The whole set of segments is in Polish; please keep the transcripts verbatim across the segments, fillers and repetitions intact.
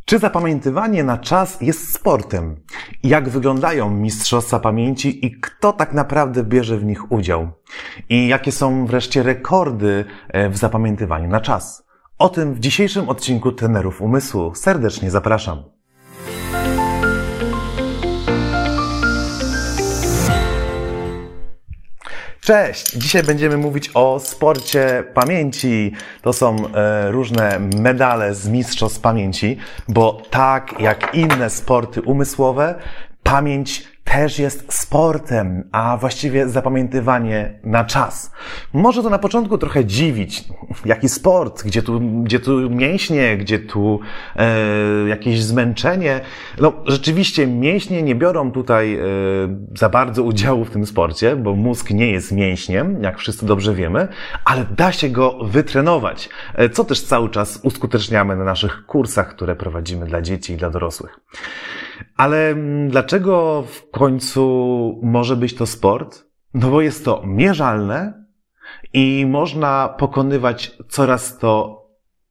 Czy zapamiętywanie na czas jest sportem? Jak wyglądają mistrzostwa pamięci i kto tak naprawdę bierze w nich udział? I jakie są wreszcie rekordy w zapamiętywaniu na czas? O tym w dzisiejszym odcinku Trenerów Umysłu. Serdecznie zapraszam. Cześć! Dzisiaj będziemy mówić o sporcie pamięci. To są e, różne medale z mistrzostw pamięci, bo tak jak inne sporty umysłowe, pamięć też jest sportem, a właściwie zapamiętywanie na czas. Może to na początku trochę dziwić. Jaki sport? Gdzie tu, gdzie tu mięśnie? Gdzie tu e, jakieś zmęczenie? No, rzeczywiście mięśnie nie biorą tutaj e, za bardzo udziału w tym sporcie, bo mózg nie jest mięśniem, jak wszyscy dobrze wiemy, ale da się go wytrenować, e, co też cały czas uskuteczniamy na naszych kursach, które prowadzimy dla dzieci i dla dorosłych. Ale dlaczego w końcu może być to sport? No bo jest to mierzalne i można pokonywać coraz to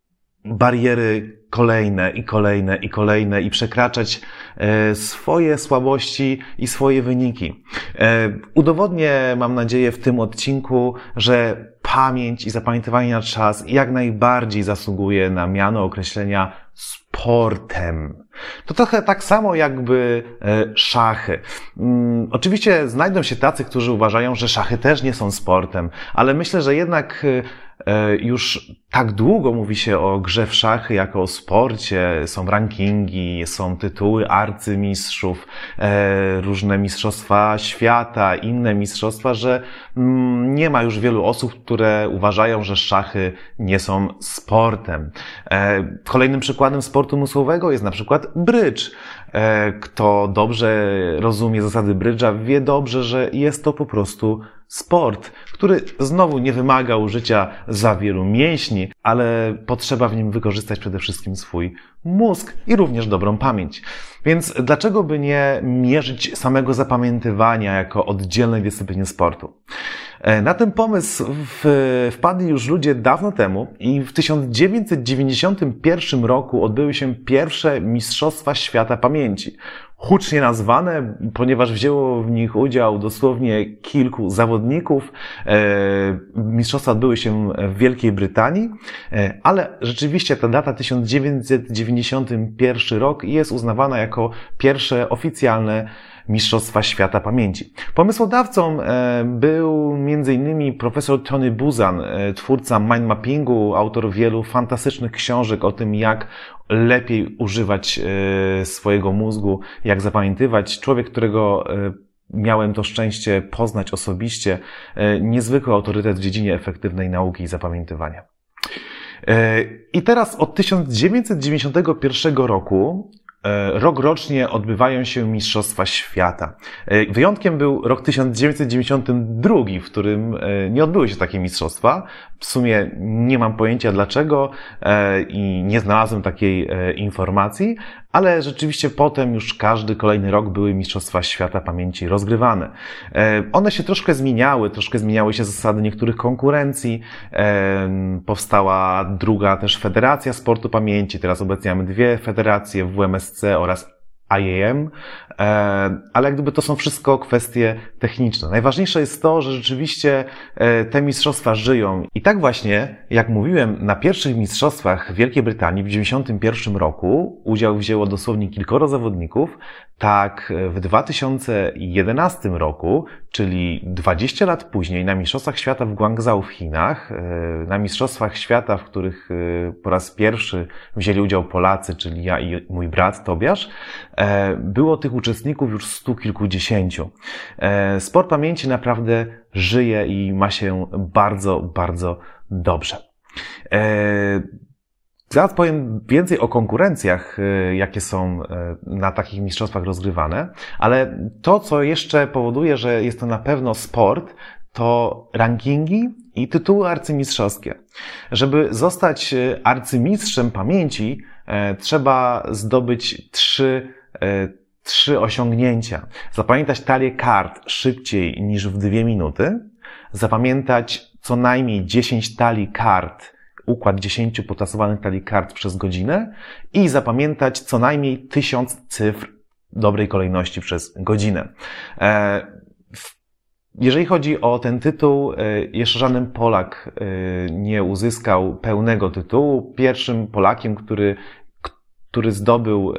bariery kolejne i kolejne i kolejne i przekraczać swoje słabości i swoje wyniki. Udowodnię, mam nadzieję, w tym odcinku, że pamięć i zapamiętywanie na czas jak najbardziej zasługuje na miano określenia sportem. To trochę tak samo jakby szachy. Oczywiście znajdą się tacy, którzy uważają, że szachy też nie są sportem, ale myślę, że jednak już tak długo mówi się o grze w szachy jako o sporcie, są rankingi, są tytuły arcymistrzów, różne mistrzostwa świata, inne mistrzostwa, że nie ma już wielu osób, które uważają, że szachy nie są sportem. Kolejnym przykładem sportu umysłowego jest na przykład brydż. Kto dobrze rozumie zasady brydża, wie dobrze, że jest to po prostu sport, który znowu nie wymaga użycia za wielu mięśni, ale potrzeba w nim wykorzystać przede wszystkim swój mózg i również dobrą pamięć. Więc dlaczego by nie mierzyć samego zapamiętywania jako oddzielnej dyscypliny sportu? Na ten pomysł wpadli już ludzie dawno temu i w tysiąc dziewięćset dziewięćdziesiątym pierwszym roku odbyły się pierwsze Mistrzostwa Świata Pamięci. Hucznie nazwane, ponieważ wzięło w nich udział dosłownie kilku zawodników. Mistrzostwa odbyły się w Wielkiej Brytanii, ale rzeczywiście ta data tysiąc dziewięćset dziewięćdziesiąty pierwszy rok jest uznawana jako pierwsze oficjalne Mistrzostwa Świata Pamięci. Pomysłodawcą był między innymi profesor Tony Buzan, twórca mind mappingu, autor wielu fantastycznych książek o tym, jak lepiej używać swojego mózgu, jak zapamiętywać. Człowiek, którego miałem to szczęście poznać osobiście, niezwykły autorytet w dziedzinie efektywnej nauki i zapamiętywania. I teraz od tysiąc dziewięćset dziewięćdziesiątego pierwszego roku rok rocznie odbywają się Mistrzostwa Świata. Wyjątkiem był rok tysiąc dziewięćset dziewięćdziesiąty drugi, w którym nie odbyły się takie mistrzostwa. W sumie nie mam pojęcia dlaczego i nie znalazłem takiej informacji, ale rzeczywiście potem już każdy kolejny rok były Mistrzostwa Świata Pamięci rozgrywane. One się troszkę zmieniały, troszkę zmieniały się zasady niektórych konkurencji. Powstała druga też Federacja Sportu Pamięci, teraz obecnie mamy dwie federacje, W M S C oraz I A M, ale jak gdyby to są wszystko kwestie techniczne. Najważniejsze jest to, że rzeczywiście te mistrzostwa żyją. I tak właśnie, jak mówiłem, na pierwszych mistrzostwach w Wielkiej Brytanii w dziewięćdziesiątym pierwszym roku udział wzięło dosłownie kilkoro zawodników, tak w dwa tysiące jedenastym roku, czyli dwadzieścia lat później, na Mistrzostwach Świata w Guangzhou w Chinach, na Mistrzostwach Świata, w których po raz pierwszy wzięli udział Polacy, czyli ja i mój brat Tobiasz, było tych uczestników już stu kilkudziesięciu. Sport pamięci naprawdę żyje i ma się bardzo, bardzo dobrze. Zaraz powiem więcej o konkurencjach, jakie są na takich mistrzostwach rozgrywane, ale to, co jeszcze powoduje, że jest to na pewno sport, to rankingi i tytuły arcymistrzowskie. Żeby zostać arcymistrzem pamięci, trzeba zdobyć trzy, trzy osiągnięcia. Zapamiętać talię kart szybciej niż w dwie minuty, zapamiętać co najmniej dziesięć talii kart układ dziesięciu potasowanych talii kart przez godzinę i zapamiętać co najmniej tysiąc cyfr dobrej kolejności przez godzinę. Jeżeli chodzi o ten tytuł, jeszcze żaden Polak nie uzyskał pełnego tytułu. Pierwszym Polakiem, który, który zdobył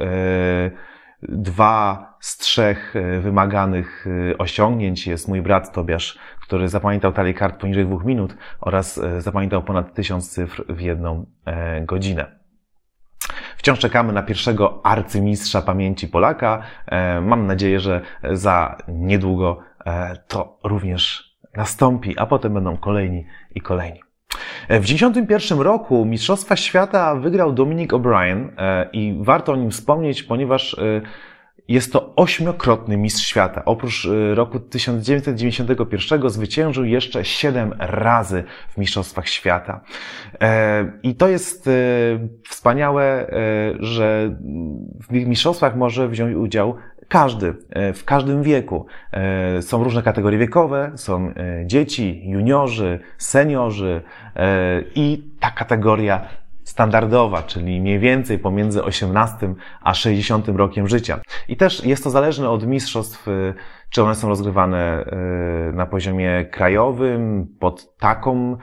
dwa z trzech wymaganych osiągnięć, jest mój brat Tobiasz, który zapamiętał talię kart poniżej dwóch minut oraz zapamiętał ponad tysiąc cyfr w jedną godzinę. Wciąż czekamy na pierwszego arcymistrza pamięci Polaka. Mam nadzieję, że za niedługo to również nastąpi, a potem będą kolejni i kolejni. W dziewięćdziesiątym pierwszym roku Mistrzostwa Świata wygrał Dominic O'Brien i warto o nim wspomnieć, ponieważ jest to ośmiokrotny mistrz świata. Oprócz roku tysiąc dziewięćset dziewięćdziesiątego pierwszego zwyciężył jeszcze siedem razy w Mistrzostwach Świata. I to jest wspaniałe, że w mistrzostwach może wziąć udział każdy, w każdym wieku. Są różne kategorie wiekowe, są dzieci, juniorzy, seniorzy i ta kategoria standardowa, czyli mniej więcej pomiędzy osiemnastym a sześćdziesiątym rokiem życia. I też jest to zależne od mistrzostw, czy one są rozgrywane na poziomie krajowym, pod taką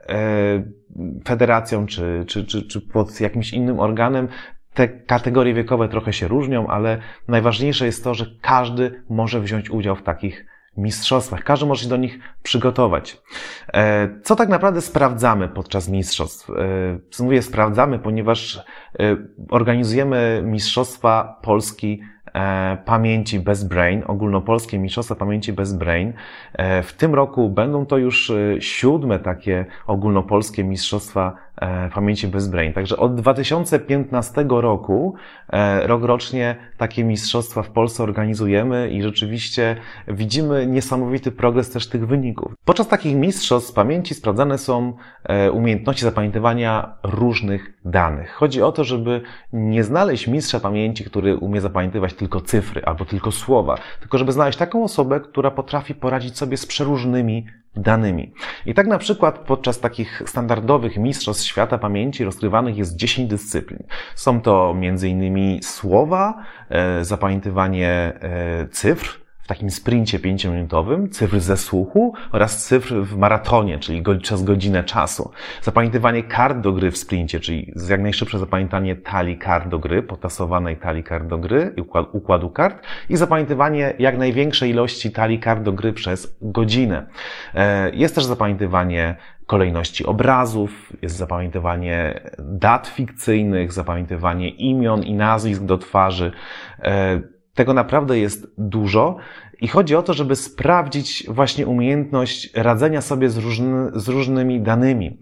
federacją, czy, czy, czy, czy pod jakimś innym organem. Te kategorie wiekowe trochę się różnią, ale najważniejsze jest to, że każdy może wziąć udział w takich mistrzostwach. Każdy może się do nich przygotować. Co tak naprawdę sprawdzamy podczas mistrzostw? Mówię sprawdzamy, ponieważ organizujemy Mistrzostwa Polski Pamięci bez Brain, ogólnopolskie Mistrzostwa Pamięci bez Brain. W tym roku będą to już siódme takie ogólnopolskie Mistrzostwa Pamięci bez Brain. Także od dwa tysiące piętnastego roku rokrocznie takie mistrzostwa w Polsce organizujemy i rzeczywiście widzimy niesamowity progres też tych wyników. Podczas takich mistrzostw pamięci sprawdzane są umiejętności zapamiętywania różnych danych. Chodzi o to, żeby nie znaleźć mistrza pamięci, który umie zapamiętywać tylko cyfry albo tylko słowa, tylko żeby znaleźć taką osobę, która potrafi poradzić sobie z przeróżnymi danymi. I tak na przykład podczas takich standardowych mistrzostw świata pamięci rozgrywanych jest dziesięć dyscyplin. Są to między innymi słowa, zapamiętywanie cyfr w takim sprincie pięciominutowym, cyfr ze słuchu oraz cyfr w maratonie, czyli przez godzinę czasu. Zapamiętywanie kart do gry w sprincie, czyli jak najszybsze zapamiętanie talii kart do gry, potasowanej talii kart do gry i układu kart i zapamiętywanie jak największej ilości talii kart do gry przez godzinę. Jest też zapamiętywanie kolejności obrazów, jest zapamiętywanie dat fikcyjnych, zapamiętywanie imion i nazwisk do twarzy. Tego naprawdę jest dużo i chodzi o to, żeby sprawdzić właśnie umiejętność radzenia sobie z, różny, z różnymi danymi.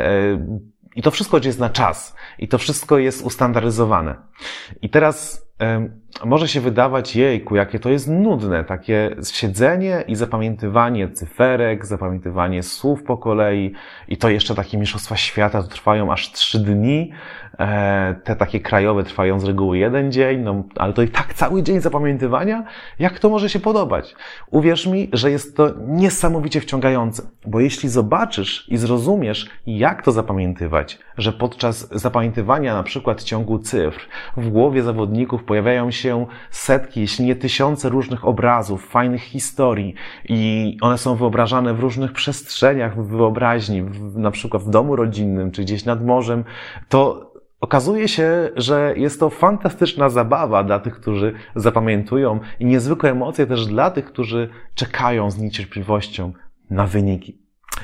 I to wszystko jest na czas. I to wszystko jest ustandaryzowane. I teraz może się wydawać, jejku, jakie to jest nudne, takie siedzenie i zapamiętywanie cyferek, zapamiętywanie słów po kolei i to jeszcze takie mistrzostwa świata to trwają aż trzy dni, te takie krajowe trwają z reguły jeden dzień, no ale to i tak cały dzień zapamiętywania? Jak to może się podobać? Uwierz mi, że jest to niesamowicie wciągające, bo jeśli zobaczysz i zrozumiesz, jak to zapamiętywać, że podczas zapamiętywania na przykład ciągu cyfr w głowie zawodników pojawiają się setki, jeśli nie tysiące różnych obrazów, fajnych historii i one są wyobrażane w różnych przestrzeniach w wyobraźni, w, na przykład w domu rodzinnym czy gdzieś nad morzem, to okazuje się, że jest to fantastyczna zabawa dla tych, którzy zapamiętują i niezwykłe emocje też dla tych, którzy czekają z niecierpliwością na wyniki.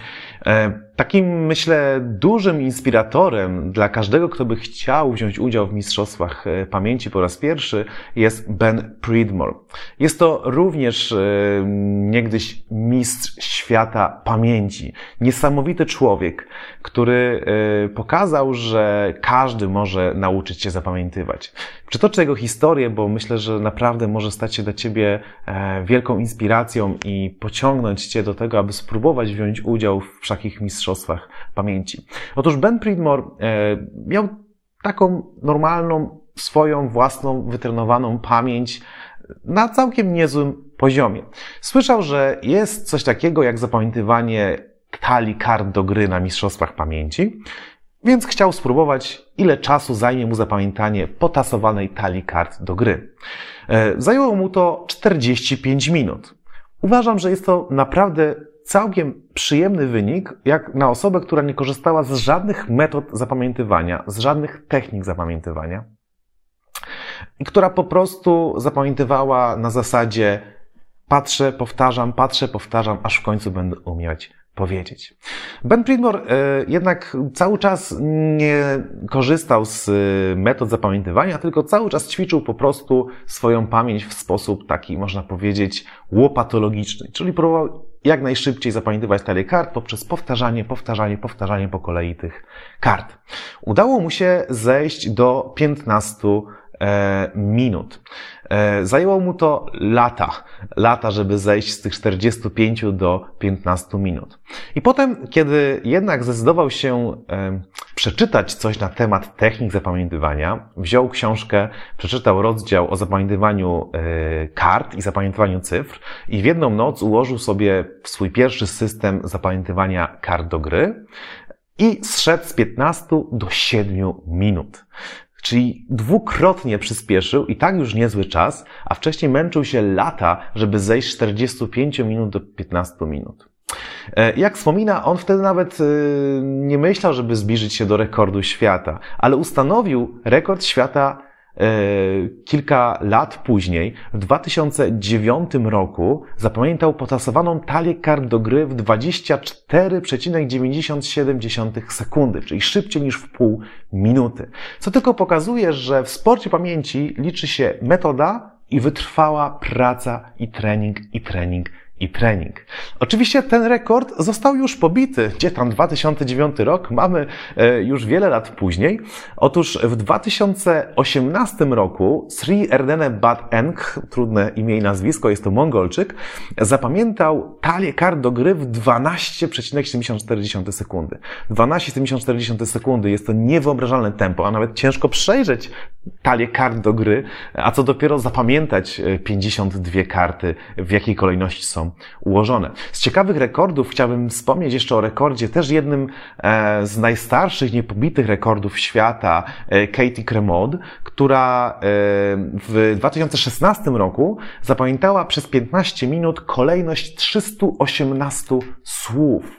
Takim, myślę, dużym inspiratorem dla każdego, kto by chciał wziąć udział w Mistrzostwach Pamięci po raz pierwszy jest Ben Pridmore. Jest to również niegdyś mistrz świata pamięci. Niesamowity człowiek, który pokazał, że każdy może nauczyć się zapamiętywać. Przytoczę jego historię, bo myślę, że naprawdę może stać się dla Ciebie wielką inspiracją i pociągnąć Cię do tego, aby spróbować wziąć udział w takich mistrzostwach pamięci. Otóż Ben Pridmore miał taką normalną, swoją własną, wytrenowaną pamięć na całkiem niezłym poziomie. Słyszał, że jest coś takiego jak zapamiętywanie talii kart do gry na mistrzostwach pamięci. więc chciał spróbować, ile czasu zajmie mu zapamiętanie potasowanej talii kart do gry. Zajęło mu to czterdzieści pięć minut. Uważam, że jest to naprawdę całkiem przyjemny wynik, jak na osobę, która nie korzystała z żadnych metod zapamiętywania, z żadnych technik zapamiętywania i która po prostu zapamiętywała na zasadzie patrzę, powtarzam, patrzę, powtarzam, aż w końcu będę umieć powiedzieć. Ben Pridmore e, jednak cały czas nie korzystał z metod zapamiętywania, tylko cały czas ćwiczył po prostu swoją pamięć w sposób taki, można powiedzieć, łopatologiczny, czyli próbował jak najszybciej zapamiętywać talię kart poprzez powtarzanie, powtarzanie, powtarzanie po kolei tych kart. Udało mu się zejść do piętnastu e, minut. E, zajęło mu to lata, lata, żeby zejść z tych czterdziestu pięciu do piętnastu minut. I potem, kiedy jednak zdecydował się e, przeczytać coś na temat technik zapamiętywania, wziął książkę, przeczytał rozdział o zapamiętywaniu e, kart i zapamiętywaniu cyfr i w jedną noc ułożył sobie swój pierwszy system zapamiętywania kart do gry i zszedł z piętnastu do siedmiu minut. Czyli dwukrotnie przyspieszył i tak już niezły czas, a wcześniej męczył się lata, żeby zejść z czterdziestu pięciu minut do piętnastu minut. Jak wspomina, on wtedy nawet nie myślał, żeby zbliżyć się do rekordu świata, ale ustanowił rekord świata kilka lat później, w dwa tysiące dziewiątym roku, zapamiętał potasowaną talię kart do gry w dwadzieścia cztery przecinek dziewięćdziesiąt siedem sekundy, czyli szybciej niż w pół minuty. Co tylko pokazuje, że w sporcie pamięci liczy się metoda i wytrwała praca i trening, i trening, i trening. Oczywiście ten rekord został już pobity. Gdzie tam dwa tysiące dziewiąty rok? Mamy już wiele lat później. Otóż w dwa tysiące osiemnastym roku Sri Erdene Bhat Eng, trudne imię i nazwisko, jest to Mongolczyk, zapamiętał talię kart do gry w dwanaście przecinek siedemdziesiąt cztery sekundy. dwanaście przecinek siedemdziesiąt cztery sekundy jest to niewyobrażalne tempo, a nawet ciężko przejrzeć talię kart do gry, a co dopiero zapamiętać pięćdziesiąt dwie karty, w jakiej kolejności są ułożone. Z ciekawych rekordów chciałbym wspomnieć jeszcze o rekordzie, też jednym z najstarszych, niepobitych rekordów świata, Katie Cremod, która w dwa tysiące szesnastym roku zapamiętała przez piętnaście minut kolejność trzysta osiemnaście słów.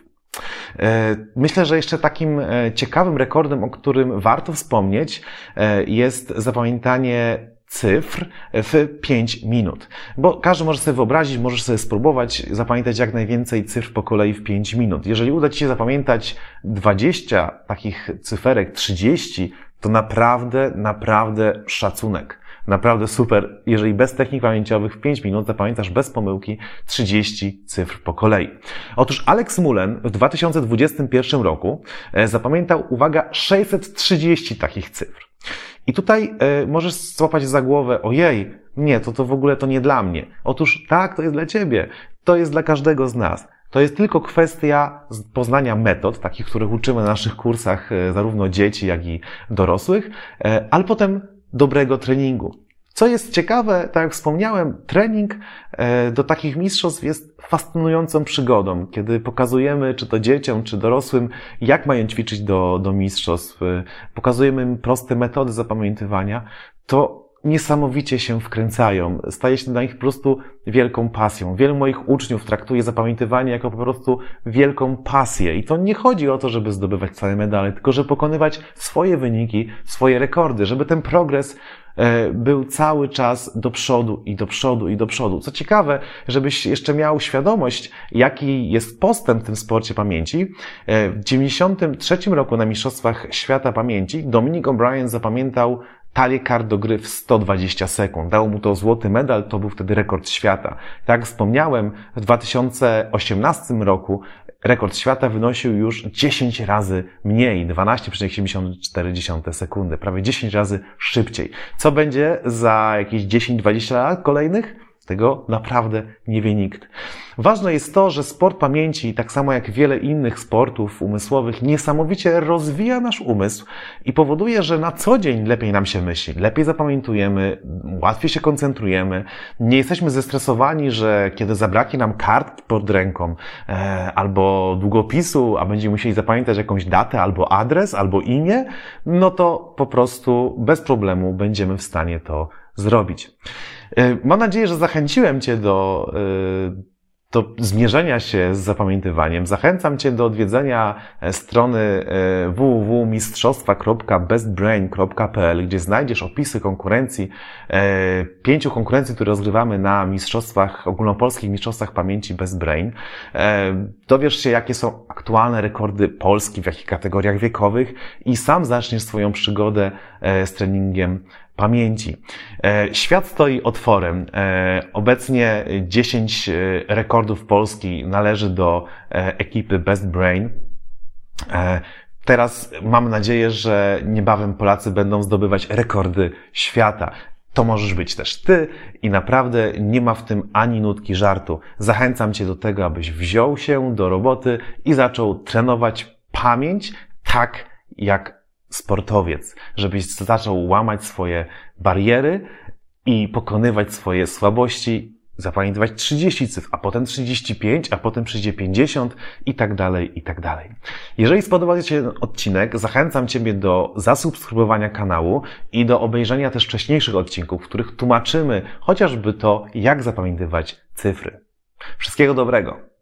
Myślę, że jeszcze takim ciekawym rekordem, o którym warto wspomnieć, jest zapamiętanie cyfr w pięć minut. Bo każdy może sobie wyobrazić, możesz sobie spróbować zapamiętać jak najwięcej cyfr po kolei w pięć minut. Jeżeli uda Ci się zapamiętać dwadzieścia takich cyferek, trzydzieści, to naprawdę, naprawdę szacunek. Naprawdę super, jeżeli bez technik pamięciowych w pięć minut zapamiętasz bez pomyłki trzydzieści cyfr po kolei. Otóż Alex Mullen w dwa tysiące dwudziestym pierwszym roku zapamiętał, uwaga, sześćset trzydzieści takich cyfr. I tutaj y, możesz złapać za głowę, ojej, nie, to to w ogóle to nie dla mnie. Otóż tak, to jest dla Ciebie. To jest dla każdego z nas. To jest tylko kwestia poznania metod, takich, których uczymy na naszych kursach y, zarówno dzieci, jak i dorosłych, y, ale potem dobrego treningu. Co jest ciekawe, tak jak wspomniałem, trening y, do takich mistrzostw jest fascynującą przygodą, kiedy pokazujemy, czy to dzieciom, czy dorosłym, jak mają ćwiczyć do, do mistrzostw, pokazujemy im proste metody zapamiętywania, to niesamowicie się wkręcają. Staje się dla nich po prostu wielką pasją. Wielu moich uczniów traktuje zapamiętywanie jako po prostu wielką pasję. I to nie chodzi o to, żeby zdobywać całe medale, tylko żeby pokonywać swoje wyniki, swoje rekordy, żeby ten progres był cały czas do przodu i do przodu i do przodu. Co ciekawe, żebyś jeszcze miał świadomość, jaki jest postęp w tym sporcie pamięci. W dziewięćdziesiątym trzecim roku na Mistrzostwach Świata Pamięci Dominic O'Brien zapamiętał talię kart do gry w sto dwadzieścia sekund. Dało mu to złoty medal, to był wtedy rekord świata. Tak jak wspomniałem, w dwa tysiące osiemnastym roku rekord świata wynosił już dziesięć razy mniej, dwanaście przecinek siedemdziesiąt cztery sekundy, prawie dziesięć razy szybciej. Co będzie za jakieś dziesięć dwadzieścia lat kolejnych? Tego naprawdę nie wie nikt. Ważne jest to, że sport pamięci, tak samo jak wiele innych sportów umysłowych, niesamowicie rozwija nasz umysł i powoduje, że na co dzień lepiej nam się myśli, lepiej zapamiętujemy, łatwiej się koncentrujemy, nie jesteśmy zestresowani, że kiedy zabraknie nam kartki pod ręką e, albo długopisu, a będziemy musieli zapamiętać jakąś datę albo adres, albo imię, no to po prostu bez problemu będziemy w stanie to zrobić. E, mam nadzieję, że zachęciłem Cię do e, do zmierzenia się z zapamiętywaniem. Zachęcam Cię do odwiedzenia strony w w w kropka mistrzostwa kropka bestbrain kropka p l, gdzie znajdziesz opisy konkurencji, pięciu konkurencji, które rozgrywamy na mistrzostwach, ogólnopolskich mistrzostwach pamięci BestBrain. Dowiesz się, jakie są aktualne rekordy Polski, w jakich kategoriach wiekowych i sam zaczniesz swoją przygodę z treningiem pamięci. Świat stoi otworem. Obecnie dziesięć rekordów Polski należy do ekipy BestBrain. Teraz mam nadzieję, że niebawem Polacy będą zdobywać rekordy świata. To możesz być też Ty i naprawdę nie ma w tym ani nutki żartu. Zachęcam Cię do tego, abyś wziął się do roboty i zaczął trenować pamięć tak jak sportowiec, żebyś zaczął łamać swoje bariery i pokonywać swoje słabości, zapamiętywać trzydzieści cyfr, a potem trzydzieści pięć, a potem przyjdzie pięćdziesiąt i tak dalej, i tak dalej. Jeżeli spodobał Ci się ten odcinek, zachęcam Ciebie do zasubskrybowania kanału i do obejrzenia też wcześniejszych odcinków, w których tłumaczymy chociażby to, jak zapamiętywać cyfry. Wszystkiego dobrego!